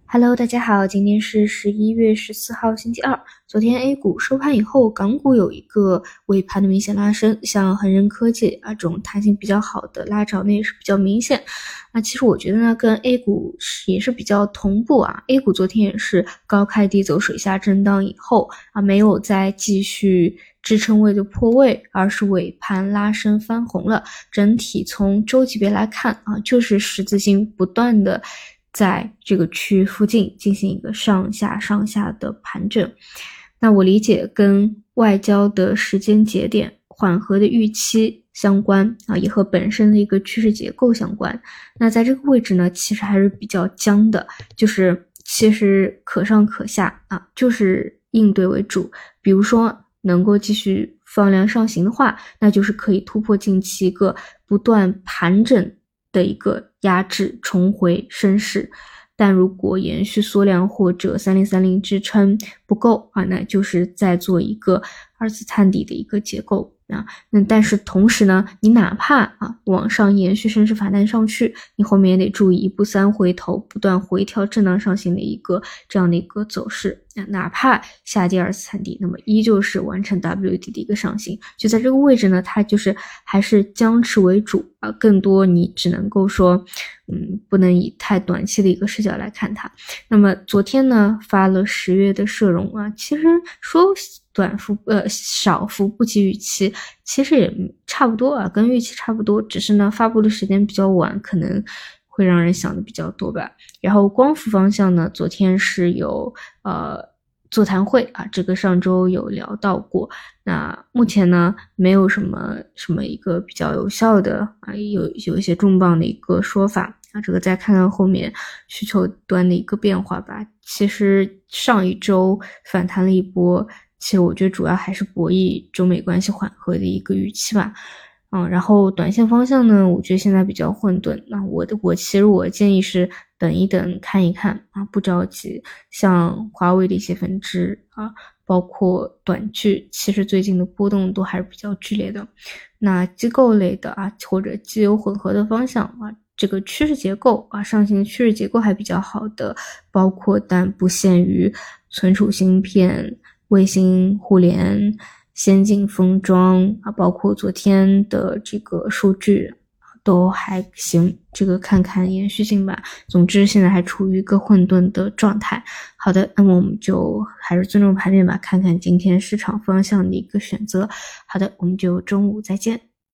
Hello，大家好，今天是11月14号，星期二。昨天 A 股收盘以后，港股有一个尾盘的明显拉升，像恒生科技这种弹性比较好的拉涨呢也是比较明显。其实我觉得呢，跟 A 股也是比较同步A 股昨天也是高开低走，水下震荡以后没有再继续支撑位的破位，而是尾盘拉升翻红了。整体从周级别来看就是十字星不断的在这个区域附近进行一个上下的盘整。那我理解跟外交的时间节点缓和的预期相关也和本身的一个趋势结构相关。那在这个位置呢，其实还是比较僵的，就是其实可上可下就是应对为主。比如说能够继续放量上行的话，那就是可以突破近期一个不断盘整的一个压制，重回升势。但如果延续缩量或者3030支撑不够那就是再做一个二次探底的一个结构那但是同时呢，你哪怕往上延续升势反弹上去，你后面也得注意一步三回头，不断回调震荡上行的一个这样的一个走势。哪怕下跌二次探底，那么依旧是完成 WD 的一个上行。就在这个位置呢，它就是还是僵持为主更多你只能够说不能以太短期的一个视角来看它。那么昨天呢发了10月的社融其实说少幅不及预期，其实也差不多跟预期差不多，只是呢发布的时间比较晚，可能会让人想的比较多吧。然后光伏方向呢，昨天是有座谈会这个上周有聊到过。那目前呢没有什么一个比较有效的有一些重磅的一个说法这个再看看后面需求端的一个变化吧。其实上一周反弹了一波，其实我觉得主要还是博弈中美关系缓和的一个预期吧。然后短线方向呢，我觉得现在比较混沌。那其实我建议是等一等，看一看不着急。像华为的一些分支包括短剧，其实最近的波动都还是比较剧烈的。那机构类的或者机油混合的方向这个趋势结构上行趋势结构还比较好的，包括但不限于存储芯片、卫星互联、先进封装包括昨天的这个数据都还行，这个看看延续性吧。总之现在还处于一个混沌的状态。好的，那么我们就还是尊重盘面吧，看看今天市场方向的一个选择。好的，我们就中午再见。